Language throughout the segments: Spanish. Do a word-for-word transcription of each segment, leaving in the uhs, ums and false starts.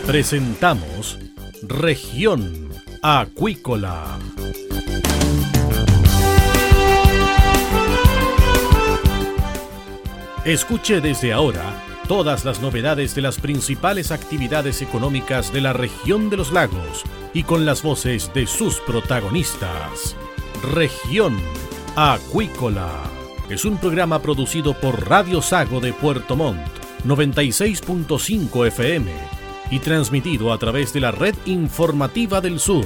Presentamos Región Acuícola. Escuche desde ahora todas las novedades de las principales actividades económicas de la región de los lagos y con las voces de sus protagonistas. Región Acuícola es un programa producido por Radio Sago de Puerto Montt, noventa y seis punto cinco F M, y transmitido a través de la Red Informativa del Sur.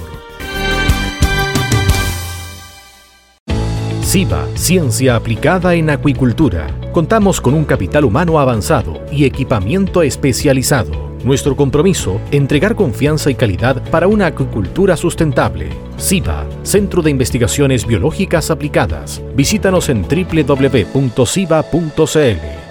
SIVA, Ciencia Aplicada en Acuicultura. Contamos con un capital humano avanzado y equipamiento especializado. Nuestro compromiso, entregar confianza y calidad para una acuicultura sustentable. SIVA, Centro de Investigaciones Biológicas Aplicadas. Visítanos en doble u doble u doble u punto siva punto c l.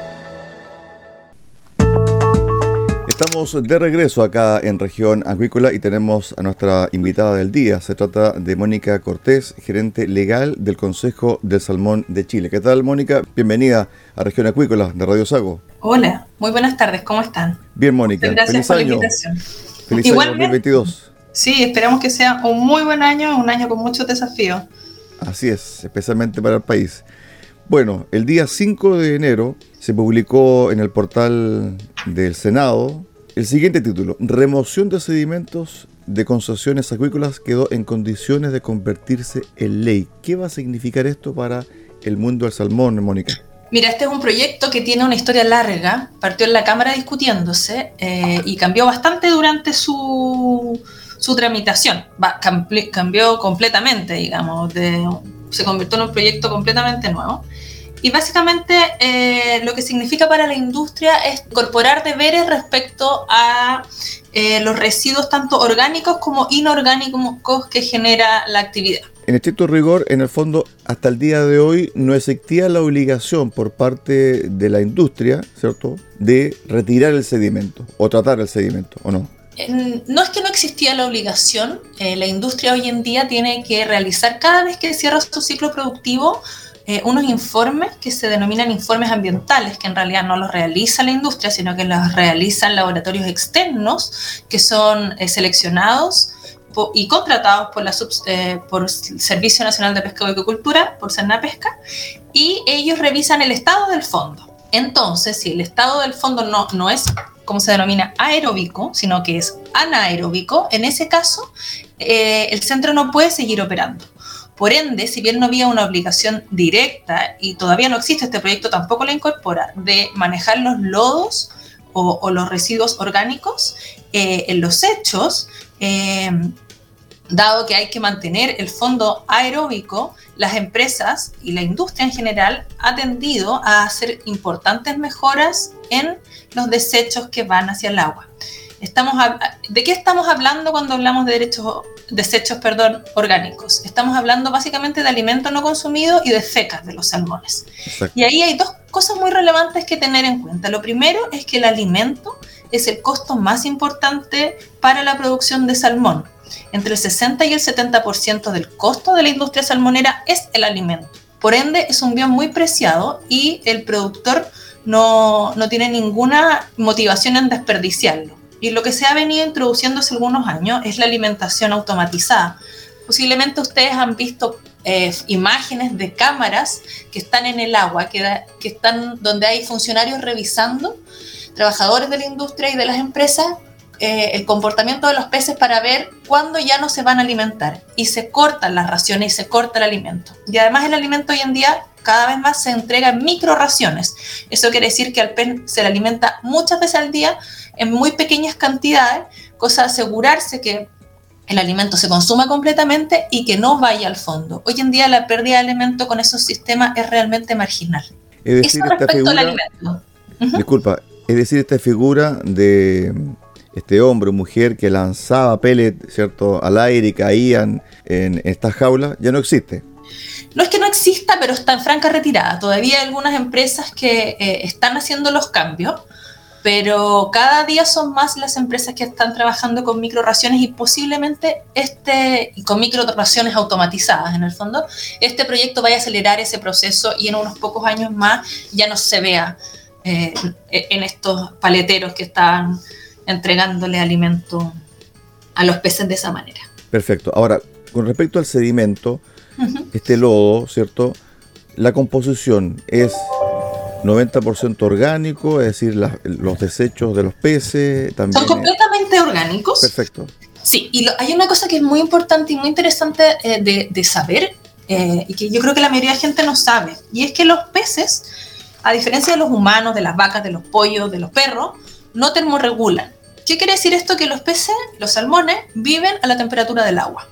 Estamos de regreso acá en Región Acuícola y tenemos a nuestra invitada del día. Se trata de Mónica Cortés, gerente legal del Consejo del Salmón de Chile. ¿Qué tal, Mónica? Bienvenida a Región Acuícola de Radio Sago. Hola, muy buenas tardes, ¿cómo están? Bien, Mónica. Muchas gracias Feliz por año. la invitación. Feliz Igualmente, año dos mil veintidós. Sí, esperamos que sea un muy buen año, un año con muchos desafíos. Así es, especialmente para el país. Bueno, el día cinco de enero se publicó en el portal del Senado el siguiente título: Remoción de sedimentos de concesiones acuícolas quedó en condiciones de convertirse en ley. ¿Qué va a significar esto para el mundo del salmón, Mónica? Mira, este es un proyecto que tiene una historia larga, partió en la Cámara discutiéndose eh, y cambió bastante durante su, su tramitación. Va, cambi- cambió completamente, digamos, de, se convirtió en un proyecto completamente nuevo. Y básicamente eh, lo que significa para la industria es incorporar deberes respecto a eh, los residuos tanto orgánicos como inorgánicos que genera la actividad. En estricto rigor, en el fondo, hasta el día de hoy no existía la obligación por parte de la industria, ¿cierto?, de retirar el sedimento o tratar el sedimento, ¿o no? No es que no existía la obligación, eh, la industria hoy en día tiene que realizar cada vez que cierra su ciclo productivo Eh, unos informes que se denominan informes ambientales, que en realidad no los realiza la industria, sino que los realizan laboratorios externos que son eh, seleccionados po- y contratados por, la subs, eh, por el Servicio Nacional de Pesca y Acuicultura, por Sernapesca, y ellos revisan el estado del fondo. Entonces, si el estado del fondo no, no es, como se denomina, aeróbico, sino que es anaeróbico, en ese caso eh, el centro no puede seguir operando. Por ende, si bien no había una obligación directa, y todavía no existe, este proyecto tampoco la incorpora, de manejar los lodos o, o los residuos orgánicos eh, en los hechos, eh, dado que hay que mantener el fondo aeróbico, las empresas y la industria en general ha tendido a hacer importantes mejoras en los desechos que van hacia el agua. Estamos, ¿de qué estamos hablando cuando hablamos de derechos, desechos perdón, orgánicos? Estamos hablando básicamente de alimento no consumido y de fecas de los salmones. Exacto. Y ahí hay dos cosas muy relevantes que tener en cuenta. Lo primero es que el alimento es el costo más importante para la producción de salmón. Entre el sesenta y el setenta por ciento del costo de la industria salmonera es el alimento. Por ende, es un bien muy preciado y el productor no, no tiene ninguna motivación en desperdiciarlo. Y lo que se ha venido introduciendo hace algunos años es la alimentación automatizada. Posiblemente ustedes han visto eh, imágenes de cámaras que están en el agua, que, da, que están donde hay funcionarios revisando, trabajadores de la industria y de las empresas, eh, el comportamiento de los peces para ver cuándo ya no se van a alimentar. Y se cortan las raciones y se corta el alimento. Y además el alimento hoy en día cada vez más se entrega en micro raciones. Eso quiere decir que al pez se le alimenta muchas veces al día en muy pequeñas cantidades, cosa de asegurarse que el alimento se consuma completamente y que no vaya al fondo. Hoy en día la pérdida de alimento con esos sistemas es realmente marginal. Es decir, Eso esta respecto figura, al alimento. Uh-huh. Disculpa, es decir, esta figura de este hombre o mujer que lanzaba pellet, ¿cierto?, al aire y caían en estas jaulas, ya no existe. No es que no exista, pero está en franca retirada. Todavía hay algunas empresas que eh, están haciendo los cambios, pero cada día son más las empresas que están trabajando con microraciones y posiblemente este, y con microraciones automatizadas en el fondo, este proyecto vaya a acelerar ese proceso y en unos pocos años más ya no se vea eh, en estos paleteros que están entregándole alimento a los peces de esa manera. Perfecto. Ahora, con respecto al sedimento, uh-huh. este lodo, ¿cierto? La composición es noventa por ciento orgánico, es decir, la, los desechos de los peces también. Son completamente es... orgánicos. Perfecto. Sí, y lo, hay una cosa que es muy importante y muy interesante eh, de, de saber, eh, y que yo creo que la mayoría de la gente no sabe, y es que los peces, a diferencia de los humanos, de las vacas, de los pollos, de los perros, no termorregulan. ¿Qué quiere decir esto? Que los peces, los salmones, viven a la temperatura del agua.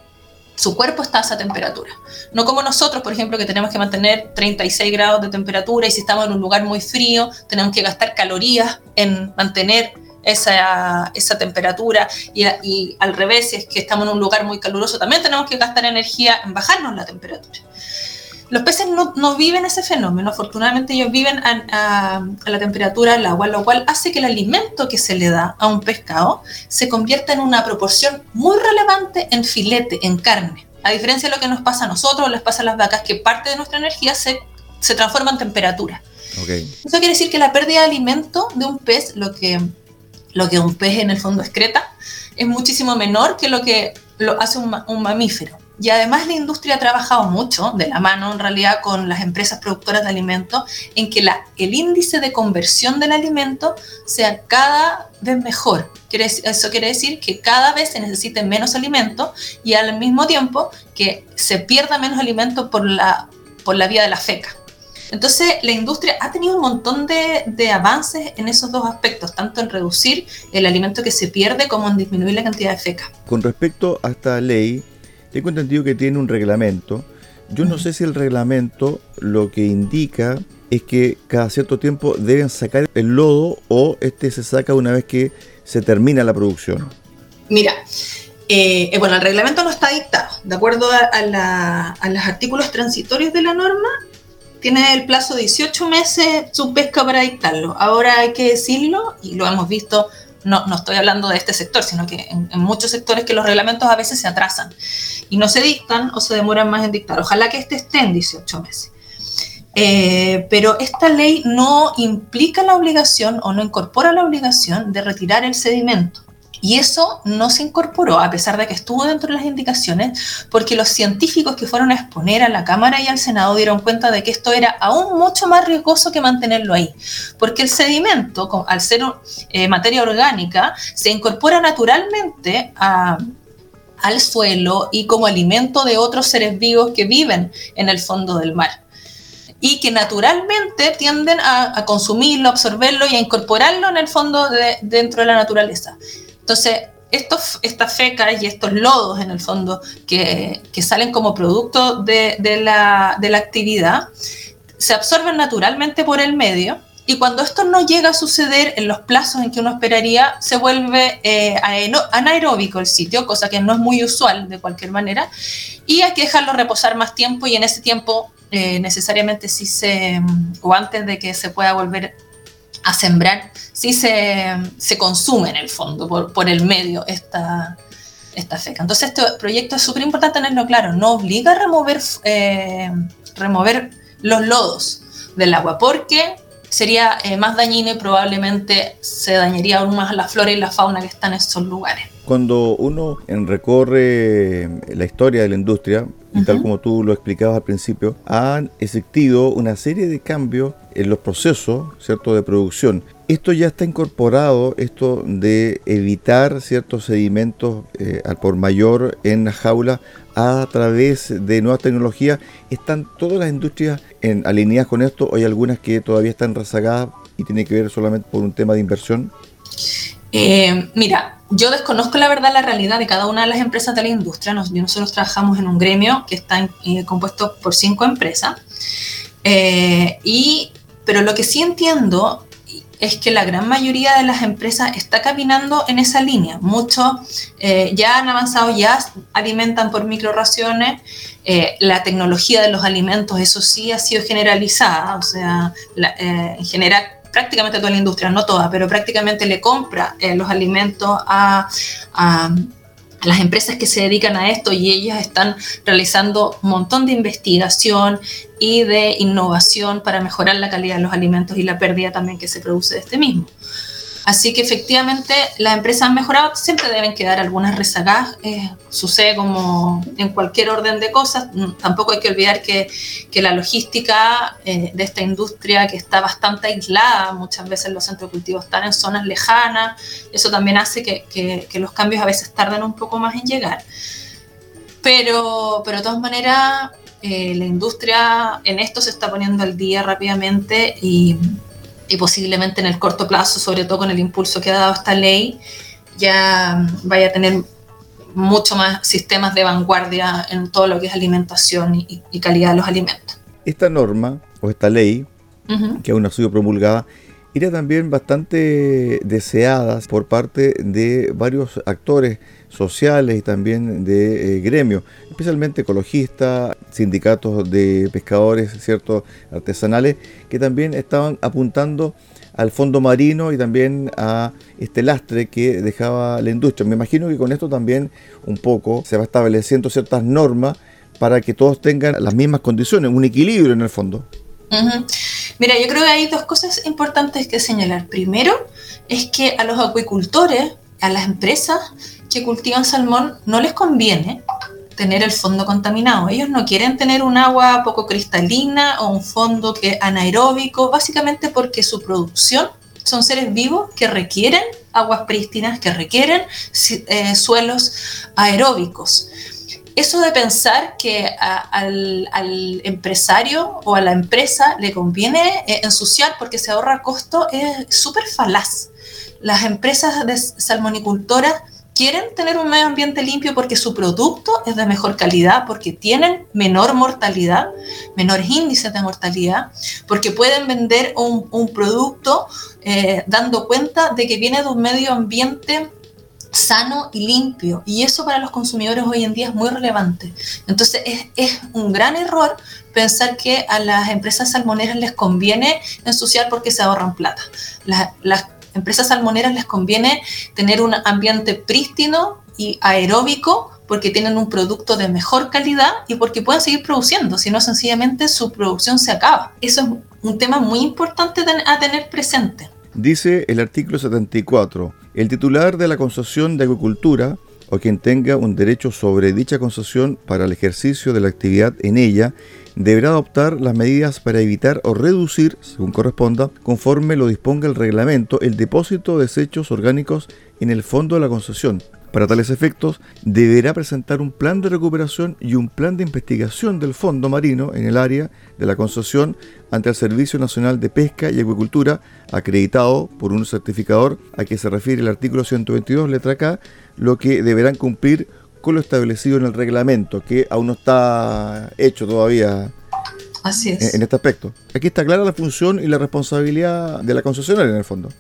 Su cuerpo está a esa temperatura. No como nosotros, por ejemplo, que tenemos que mantener treinta y seis grados de temperatura, y si estamos en un lugar muy frío, tenemos que gastar calorías en mantener esa, esa temperatura, y, y al revés, si es que estamos en un lugar muy caluroso, también tenemos que gastar energía en bajarnos la temperatura. Los peces no, no viven ese fenómeno, afortunadamente ellos viven a, a, a la temperatura del agua, lo cual hace que el alimento que se le da a un pescado se convierta en una proporción muy relevante en filete, en carne. A diferencia de lo que nos pasa a nosotros o les pasa a las vacas, que parte de nuestra energía se, se transforma en temperatura. Okay. Eso quiere decir que la pérdida de alimento de un pez, lo que, lo que un pez en el fondo excreta, es muchísimo menor que lo que lo hace un, un mamífero. Y además la industria ha trabajado mucho, de la mano en realidad con las empresas productoras de alimentos, en que la, el índice de conversión del alimento sea cada vez mejor. Quiere, eso quiere decir que cada vez se necesite menos alimento y al mismo tiempo que se pierda menos alimento por la, por la vía de la feca. Entonces la industria ha tenido un montón de, de avances en esos dos aspectos, tanto en reducir el alimento que se pierde como en disminuir la cantidad de feca. Con respecto a esta ley, tengo entendido que tiene un reglamento. Yo no sé si el reglamento lo que indica es que cada cierto tiempo deben sacar el lodo, o este se saca una vez que se termina la producción. Mira, eh, bueno, el reglamento no está dictado. De acuerdo a, a, la, a los artículos transitorios de la norma, tiene el plazo de dieciocho meses su pesca para dictarlo. Ahora hay que decirlo, y lo hemos visto. No, no estoy hablando de este sector, sino que en, en muchos sectores que los reglamentos a veces se atrasan y no se dictan o se demoran más en dictar. Ojalá que este esté en dieciocho meses. Eh, pero esta ley no implica la obligación o no incorpora la obligación de retirar el sedimento. Y eso no se incorporó, a pesar de que estuvo dentro de las indicaciones, porque los científicos que fueron a exponer a la Cámara y al Senado dieron cuenta de que esto era aún mucho más riesgoso que mantenerlo ahí. Porque el sedimento, al ser eh, materia orgánica, se incorpora naturalmente a, al suelo y como alimento de otros seres vivos que viven en el fondo del mar. Y que naturalmente tienden a, a consumirlo, a absorberlo y a incorporarlo en el fondo de, dentro de la naturaleza. Entonces, estos, estas fecas y estos lodos, en el fondo, que, que salen como producto de, de, la, de la actividad, se absorben naturalmente por el medio, y cuando esto no llega a suceder en los plazos en que uno esperaría, se vuelve eh, anaeróbico el sitio, cosa que no es muy usual de cualquier manera, y hay que dejarlo reposar más tiempo, y en ese tiempo eh, necesariamente sí se, o antes de que se pueda volver a sembrar, sí se, se consume en el fondo por, por el medio esta, esta feca. Entonces este proyecto es súper importante tenerlo claro, no obliga a remover, eh, remover los lodos del agua, porque sería eh, más dañino y probablemente se dañaría aún más la flora y la fauna que están en esos lugares. Cuando uno recorre la historia de la industria, y uh-huh. tal como tú lo explicabas al principio, han existido una serie de cambios en los procesos, ¿cierto?, de producción. Esto ya está incorporado, esto de evitar ciertos sedimentos eh, al por mayor en las jaulas a través de nuevas tecnologías. ¿Están todas las industrias en, alineadas con esto, o hay algunas que todavía están rezagadas y tiene que ver solamente por un tema de inversión? Eh, mira, yo desconozco la verdad la realidad de cada una de las empresas de la industria. Nos, nosotros trabajamos en un gremio que está eh, compuesto por cinco empresas, eh, y, pero lo que sí entiendo es que la gran mayoría de las empresas está caminando en esa línea. Muchos eh, ya han avanzado, ya alimentan por microraciones. Eh, la tecnología de los alimentos, eso sí ha sido generalizada, o sea, la, eh, en general prácticamente toda la industria, no toda, pero prácticamente le compra eh, los alimentos a, a, a las empresas que se dedican a esto, y ellas están realizando un montón de investigación y de innovación para mejorar la calidad de los alimentos y la pérdida también que se produce de este mismo. Así que efectivamente las empresas han mejorado, siempre deben quedar algunas rezagadas, eh, sucede como en cualquier orden de cosas. Tampoco hay que olvidar que, que la logística eh, de esta industria, que está bastante aislada, muchas veces los centros de cultivo están en zonas lejanas, eso también hace que, que, que los cambios a veces tarden un poco más en llegar. Pero, pero de todas maneras, eh, la industria en esto se está poniendo al día rápidamente y, y posiblemente en el corto plazo, sobre todo con el impulso que ha dado esta ley, ya vaya a tener mucho más sistemas de vanguardia en todo lo que es alimentación y, y calidad de los alimentos. Esta norma o esta ley, uh-huh. que aún no ha sido promulgada, era también bastante deseada por parte de varios actores sociales y también de eh, gremios, especialmente ecologistas, sindicatos de pescadores, ciertos artesanales, que también estaban apuntando al fondo marino y también a este lastre que dejaba la industria. Me imagino que con esto también un poco se va estableciendo ciertas normas para que todos tengan las mismas condiciones, un equilibrio en el fondo. Uh-huh. Mira, yo creo que hay dos cosas importantes que señalar. Primero, es que a los acuicultores, a las empresas que cultivan salmón, no les conviene tener el fondo contaminado. Ellos no quieren tener un agua poco cristalina o un fondo que anaeróbico, básicamente porque su producción son seres vivos que requieren aguas prístinas, que requieren eh, suelos aeróbicos. Eso de pensar que a, al, al empresario o a la empresa le conviene eh, ensuciar porque se ahorra costo es súper falaz. Las empresas de salmonicultoras quieren tener un medio ambiente limpio porque su producto es de mejor calidad, porque tienen menor mortalidad, menores índices de mortalidad, porque pueden vender un, un producto eh, dando cuenta de que viene de un medio ambiente sano y limpio, y eso para los consumidores hoy en día es muy relevante. Entonces es, es un gran error pensar que a las empresas salmoneras les conviene ensuciar porque se ahorran plata. Las, las empresas salmoneras les conviene tener un ambiente prístino y aeróbico porque tienen un producto de mejor calidad y porque pueden seguir produciendo, si no sencillamente su producción se acaba. Eso es un tema muy importante a tener presente. Dice el artículo setenta y cuatro, el titular de la concesión de acuicultura o quien tenga un derecho sobre dicha concesión para el ejercicio de la actividad en ella, deberá adoptar las medidas para evitar o reducir, según corresponda, conforme lo disponga el reglamento, el depósito de desechos orgánicos en el fondo de la concesión. Para tales efectos, deberá presentar un plan de recuperación y un plan de investigación del fondo marino en el área de la concesión ante el Servicio Nacional de Pesca y Acuicultura, acreditado por un certificador a que se refiere el artículo ciento veintidós, letra K, lo que deberán cumplir con lo establecido en el reglamento, que aún no está hecho todavía. Así es. En, en este aspecto. Aquí está clara la función y la responsabilidad de la concesionaria en el fondo.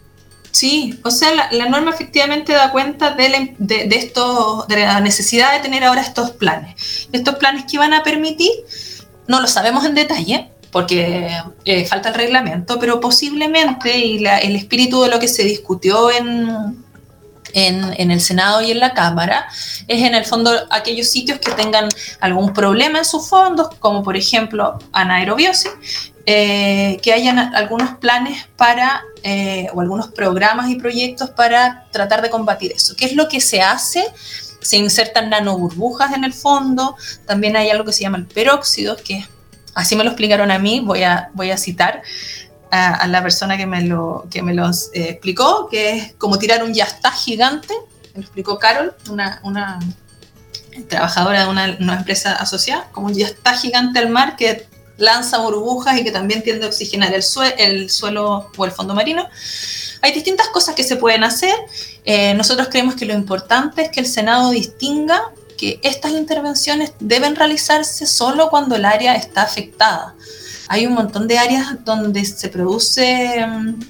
Sí, o sea, la, la norma efectivamente da cuenta de la, de, de, esto, de la necesidad de tener ahora estos planes. Estos planes que van a permitir, no lo sabemos en detalle, porque eh, falta el reglamento, pero posiblemente, y la, el espíritu de lo que se discutió en, en, en el Senado y en la Cámara, es en el fondo aquellos sitios que tengan algún problema en sus fondos, como por ejemplo anaerobiosis, eh, que hayan algunos planes para, eh, o algunos programas y proyectos para tratar de combatir eso. ¿Qué es lo que se hace? Se insertan nanoburbujas en el fondo, también hay algo que se llama el peróxido, que así me lo explicaron a mí, voy a, voy a citar a, a la persona que me lo, que me los eh, explicó, que es como tirar un yastá gigante, me lo explicó Carol, una, una trabajadora de una, una empresa asociada, como un yastá gigante al mar que lanza burbujas y que también tiende a oxigenar el, sue- el suelo o el fondo marino. Hay distintas cosas que se pueden hacer. Eh, nosotros creemos que lo importante es que el Senado distinga que estas intervenciones deben realizarse solo cuando el área está afectada. Hay un montón de áreas donde se produce,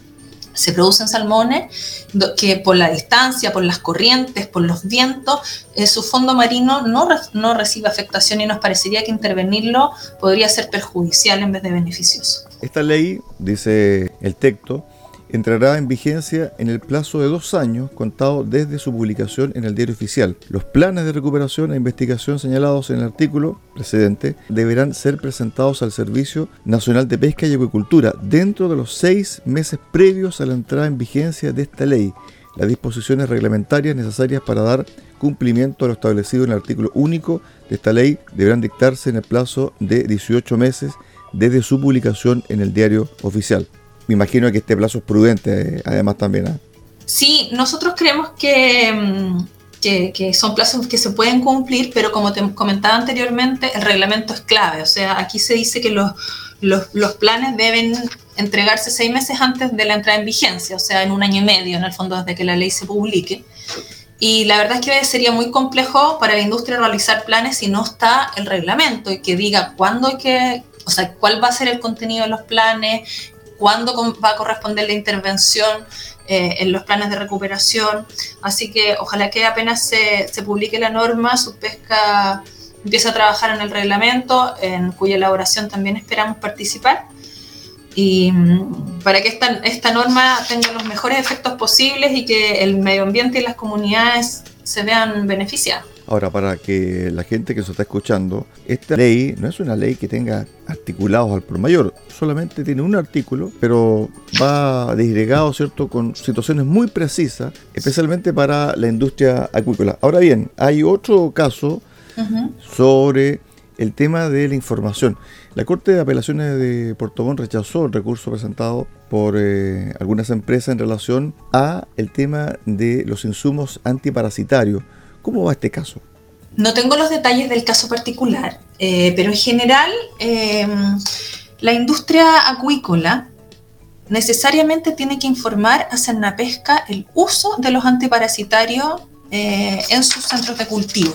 se producen salmones que por la distancia, por las corrientes, por los vientos, eh, su fondo marino no, re, no recibe afectación y nos parecería que intervenirlo podría ser perjudicial en vez de beneficioso. Esta ley, dice el texto, entrará en vigencia en el plazo de dos años contado desde su publicación en el Diario Oficial. Los planes de recuperación e investigación señalados en el artículo precedente deberán ser presentados al Servicio Nacional de Pesca y Acuicultura dentro de los seis meses previos a la entrada en vigencia de esta ley. Las disposiciones reglamentarias necesarias para dar cumplimiento a lo establecido en el artículo único de esta ley deberán dictarse en el plazo de dieciocho meses desde su publicación en el Diario Oficial. Me imagino que este plazo es prudente, además también. ¿eh? Sí, nosotros creemos que, que, que son plazos que se pueden cumplir, pero como te comentaba anteriormente, el reglamento es clave. O sea, aquí se dice que los, los, los planes deben entregarse seis meses antes de la entrada en vigencia, o sea, en un año y medio, en el fondo, desde que la ley se publique. Y la verdad es que sería muy complejo para la industria realizar planes si no está el reglamento y que diga cuándo hay que, o sea, cuál va a ser el contenido de los planes, cuándo va a corresponder la intervención eh, en los planes de recuperación. Así que ojalá que apenas se, se publique la norma, Subpesca empiece a trabajar en el reglamento, en cuya elaboración también esperamos participar, y para que esta, esta norma tenga los mejores efectos posibles y que el medio ambiente y las comunidades se vean beneficiadas. Ahora, para que la gente que se está escuchando, esta ley no es una ley que tenga articulados al por mayor, solamente tiene un artículo, pero va disgregado, ¿cierto?, con situaciones muy precisas, especialmente para la industria acuícola. Ahora bien, hay otro caso uh-huh. sobre el tema de la información. La Corte de Apelaciones de Puerto Montt rechazó el recurso presentado por eh, algunas empresas en relación a el tema de los insumos antiparasitarios. ¿Cómo va este caso? No tengo los detalles del caso particular, eh, pero en general eh, la industria acuícola necesariamente tiene que informar a Cernapesca el uso de los antiparasitarios eh, en sus centros de cultivo.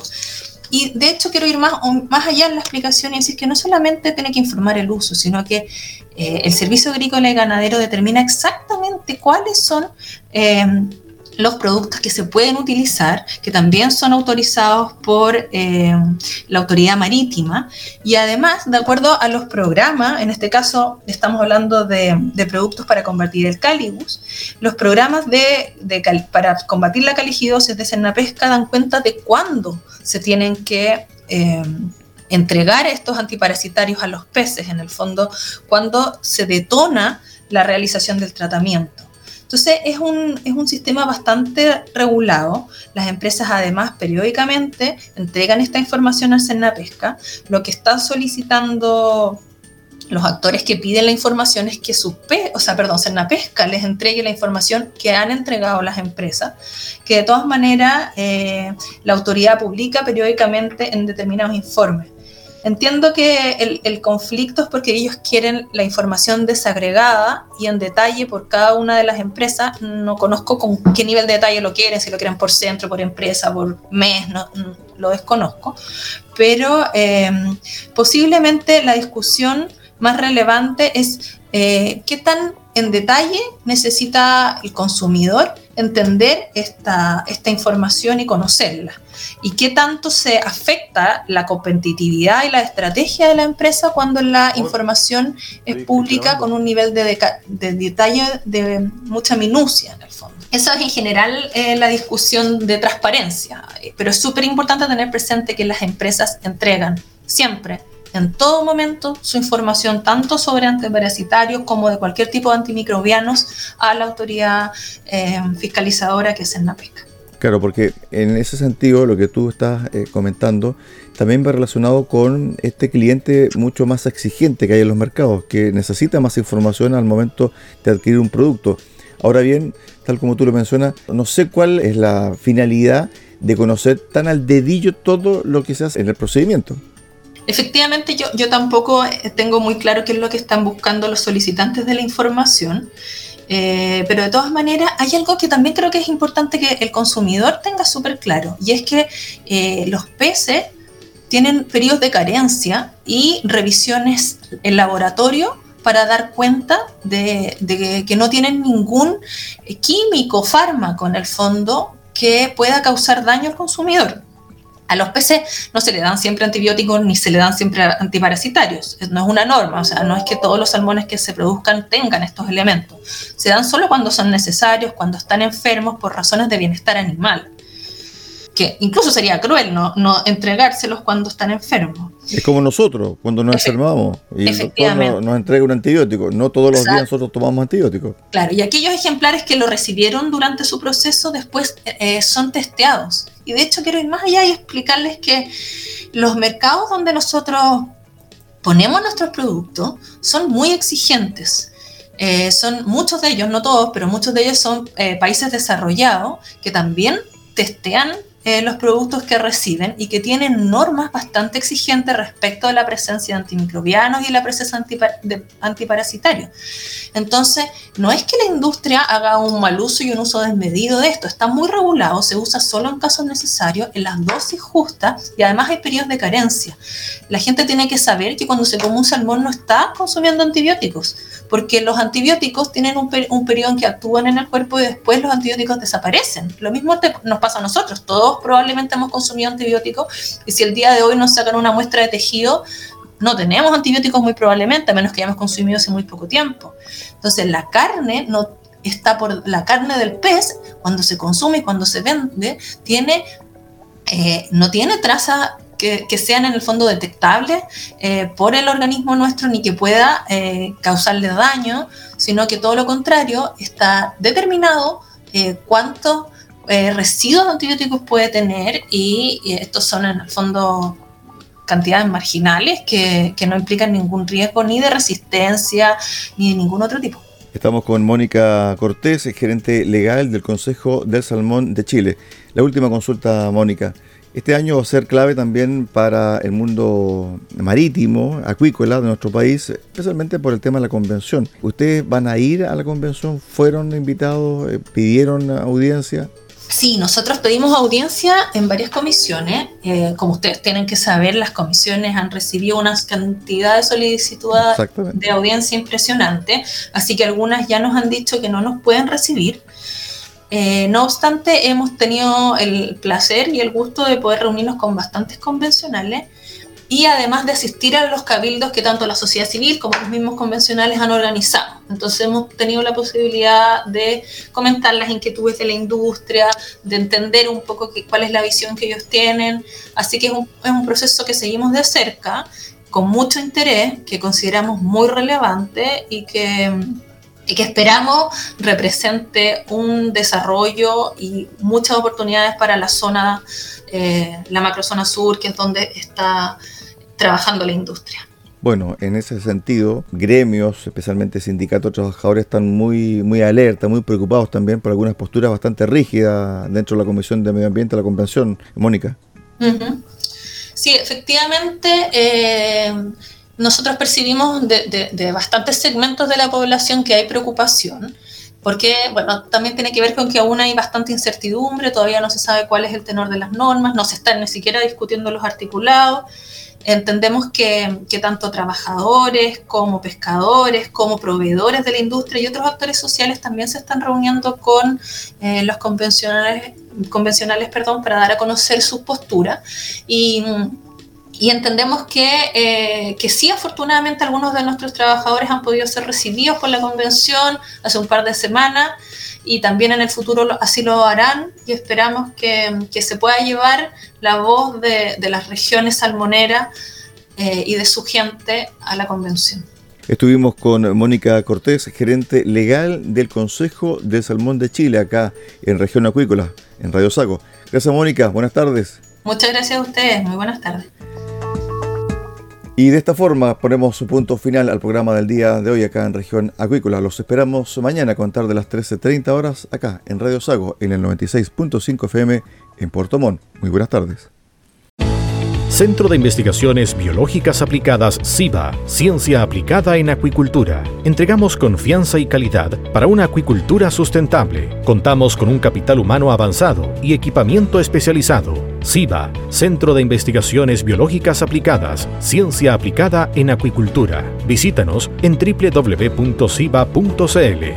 Y de hecho quiero ir más, más allá en la explicación y decir que no solamente tiene que informar el uso, sino que eh, el Servicio Agrícola y Ganadero determina exactamente cuáles son eh, los productos que se pueden utilizar, que también son autorizados por eh, la autoridad marítima, y además, de acuerdo a los programas, en este caso estamos hablando de, de productos para combatir el Calibus, los programas de, de, para combatir la caligidosis de Cernapesca dan cuenta de cuándo se tienen que eh, entregar estos antiparasitarios a los peces, en el fondo, cuando se detona la realización del tratamiento. Entonces es un, es un sistema bastante regulado. Las empresas además periódicamente entregan esta información al Cernapesca. Lo que están solicitando los actores que piden la información es que su pe- o sea, perdón, Cernapesca les entregue la información que han entregado las empresas, que de todas maneras eh, la autoridad publica periódicamente en determinados informes. Entiendo que el, el conflicto es porque ellos quieren la información desagregada y en detalle por cada una de las empresas. No conozco con qué nivel de detalle lo quieren, si lo quieren por centro, por empresa, por mes, no, no lo desconozco. Pero eh, posiblemente la discusión más relevante es eh, qué tan en detalle necesita el consumidor entender esta, esta información y conocerla, y qué tanto se afecta la competitividad y la estrategia de la empresa cuando la información es pública con un nivel de, deca- de detalle de mucha minucia en el fondo. Esa es en general eh, la discusión de transparencia, pero es súper importante tener presente que las empresas entregan siempre, en todo momento, su información tanto sobre antiparasitarios como de cualquier tipo de antimicrobianos a la autoridad eh, fiscalizadora que es Cernapesca. Claro, porque en ese sentido lo que tú estás eh, comentando también va relacionado con este cliente mucho más exigente que hay en los mercados, que necesita más información al momento de adquirir un producto. Ahora bien, tal como tú lo mencionas, no sé cuál es la finalidad de conocer tan al dedillo todo lo que se hace en el procedimiento. Efectivamente, yo, yo tampoco tengo muy claro qué es lo que están buscando los solicitantes de la información, eh, pero de todas maneras hay algo que también creo que es importante que el consumidor tenga súper claro, y es que eh, los peces tienen periodos de carencia y revisiones en laboratorio para dar cuenta de, de que no tienen ningún químico, fármaco en el fondo que pueda causar daño al consumidor. A los peces no se le dan siempre antibióticos ni se le dan siempre antiparasitarios. No es una norma, o sea, no es que todos los salmones que se produzcan tengan estos elementos. Se dan solo cuando son necesarios, cuando están enfermos por razones de bienestar animal. Que incluso sería cruel no, no entregárselos cuando están enfermos. Es como nosotros, cuando nos Efe- enfermamos y el doctor nos, nos entrega un antibiótico. No todos los Exacto. días nosotros tomamos antibióticos. Claro, y aquellos ejemplares que lo recibieron durante su proceso después eh, son testeados. Y de hecho quiero ir más allá y explicarles que los mercados donde nosotros ponemos nuestros productos son muy exigentes. Eh, son muchos de ellos, no todos, pero muchos de ellos son eh, países desarrollados que también testean Eh, los productos que reciben y que tienen normas bastante exigentes respecto a la presencia de antimicrobianos y la presencia antipa- de antiparasitarios. Entonces, no es que la industria haga un mal uso y un uso desmedido de esto, está muy regulado, se usa solo en casos necesarios, en las dosis justas y además hay periodos de carencia. La gente tiene que saber que cuando se come un salmón no está consumiendo antibióticos, porque los antibióticos tienen un, per- un periodo en que actúan en el cuerpo y después los antibióticos desaparecen. Lo mismo te- nos pasa a nosotros, todos probablemente hemos consumido antibióticos y si el día de hoy nos sacan una muestra de tejido, no tenemos antibióticos muy probablemente, a menos que hayamos consumido hace muy poco tiempo. Entonces la carne no está por la carne del pez, cuando se consume y cuando se vende, tiene, eh, no tiene traza que, que sean en el fondo detectables eh, por el organismo nuestro ni que pueda eh, causarle daño, sino que todo lo contrario, está determinado eh, cuánto Eh, residuos antibióticos puede tener y, y estos son en el fondo cantidades marginales que, que no implican ningún riesgo ni de resistencia ni de ningún otro tipo. Estamos con Mónica Cortés, gerente legal del Consejo del Salmón de Chile. La última consulta, Mónica. Este año va a ser clave también para el mundo marítimo, acuícola de nuestro país, especialmente por el tema de la convención. ¿Ustedes van a ir a la convención? ¿Fueron invitados? ¿Pidieron audiencia? Sí, nosotros pedimos audiencia en varias comisiones. Eh, como ustedes tienen que saber, las comisiones han recibido una cantidad de solicitudes de audiencia impresionante, así que algunas ya nos han dicho que no nos pueden recibir. Eh, no obstante, hemos tenido el placer y el gusto de poder reunirnos con bastantes convencionales y además de asistir a los cabildos que tanto la sociedad civil como los mismos convencionales han organizado. Entonces hemos tenido la posibilidad de comentar las inquietudes de la industria, de entender un poco que, cuál es la visión que ellos tienen. Así que es un, es un proceso que seguimos de cerca, con mucho interés, que consideramos muy relevante y que, y que esperamos represente un desarrollo y muchas oportunidades para la zona, eh, la macrozona sur, que es donde está trabajando la industria. Bueno, en ese sentido, gremios, especialmente sindicatos de trabajadores, están muy, muy alerta, muy preocupados también por algunas posturas bastante rígidas dentro de la Comisión de Medio Ambiente de la Convención. Mónica. Uh-huh. Sí, efectivamente, eh, nosotros percibimos de, de, de bastantes segmentos de la población que hay preocupación, porque, bueno, también tiene que ver con que aún hay bastante incertidumbre, todavía no se sabe cuál es el tenor de las normas, no se están ni siquiera discutiendo los articulados. Entendemos que, que tanto trabajadores como pescadores, como proveedores de la industria y otros actores sociales también se están reuniendo con eh, los convencionales, convencionales perdón, para dar a conocer sus posturas. Y, y entendemos que, eh, que sí, afortunadamente, algunos de nuestros trabajadores han podido ser recibidos por la convención hace un par de semanas y también en el futuro así lo harán y esperamos que, que se pueda llevar la voz de, de las regiones salmoneras eh, y de su gente a la convención. Estuvimos con Mónica Cortés, gerente legal del Consejo del Salmón de Chile, acá en Región Acuícola, en Radio Sago. Gracias, Mónica. Buenas tardes. Muchas gracias a ustedes. Muy buenas tardes. Y de esta forma ponemos su punto final al programa del día de hoy acá en Región Acuícola. Los esperamos mañana a contar de las trece treinta horas acá en Radio Sago en el noventa y seis punto cinco F M en Puerto Montt. Muy buenas tardes. Centro de Investigaciones Biológicas Aplicadas CIBA, Ciencia Aplicada en Acuicultura. Entregamos confianza y calidad para una acuicultura sustentable. Contamos con un capital humano avanzado y equipamiento especializado. CIBA, Centro de Investigaciones Biológicas Aplicadas, Ciencia Aplicada en Acuicultura. Visítanos en doble u doble u doble u punto ciba punto c l.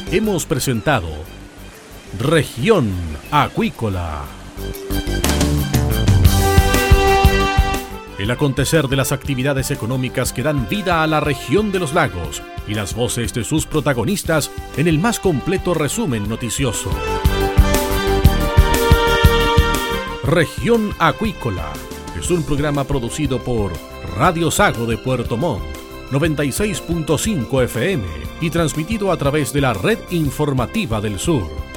hemos presentado Región Acuícola. El acontecer de las actividades económicas que dan vida a la región de los lagos y las voces de sus protagonistas en el más completo resumen noticioso. Región Acuícola es un programa producido por Radio Sago de Puerto Montt, noventa y seis punto cinco F M y transmitido a través de la Red Informativa del Sur.